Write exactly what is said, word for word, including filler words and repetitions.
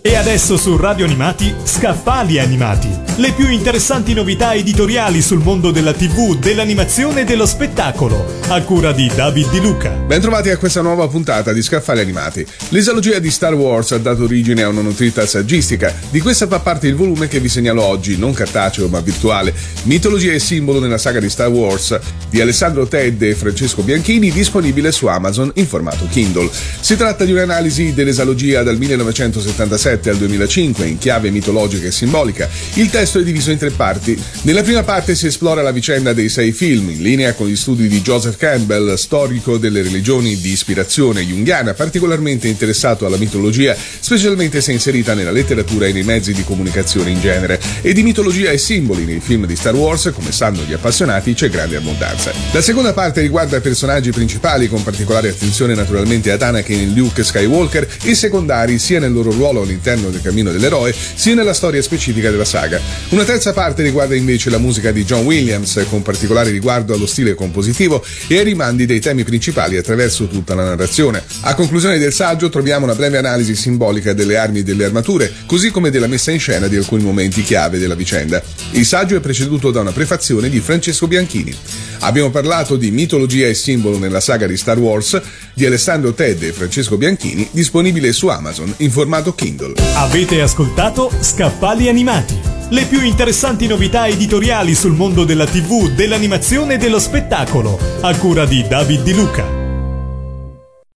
E adesso su Radio Animati, Scaffali Animati. Le più interessanti novità editoriali sul mondo della tivù, dell'animazione e dello spettacolo, a cura di David Di Luca. Bentrovati a questa nuova puntata di Scaffali Animati. L'esalogia di Star Wars ha dato origine a una nutrita saggistica. Di questa fa parte il volume che vi segnalo oggi, non cartaceo ma virtuale. Mitologia e simbolo nella saga di Star Wars, di Alessandro Ted e Francesco Bianchini, disponibile su Amazon in formato Kindle. Si tratta di un'analisi dell'esalogia dal millenovecentosettantasette al duemilacinque in chiave mitologica e simbolica. Il testo è diviso in tre parti. Nella prima parte si esplora la vicenda dei sei film, in linea con gli studi di Joseph Campbell, storico delle religioni di ispirazione junghiana, particolarmente interessato alla mitologia, specialmente se inserita nella letteratura e nei mezzi di comunicazione in genere, e di mitologia e simboli nei film di Star Wars, come sanno gli appassionati, c'è grande abbondanza. La seconda parte riguarda i personaggi principali, con particolare attenzione naturalmente ad Anakin e Luke Skywalker, e secondari sia nel loro ruolo all'interno del cammino dell'eroe, sia nella storia specifica della saga. Una terza parte riguarda invece la musica di John Williams, con particolare riguardo allo stile compositivo e ai rimandi dei temi principali attraverso tutta la narrazione. A conclusione del saggio troviamo una breve analisi simbolica delle armi e delle armature, così come della messa in scena di alcuni momenti chiave della vicenda. Il saggio è preceduto da una prefazione di Francesco Bianchini. Abbiamo parlato di mitologia e simbolo nella saga di Star Wars, di Alessandro Ted e Francesco Bianchini, disponibile su Amazon in formato Kindle. Avete ascoltato Scaffali Animati, le più interessanti novità editoriali sul mondo della tivù, dell'animazione e dello spettacolo, a cura di David Di Luca.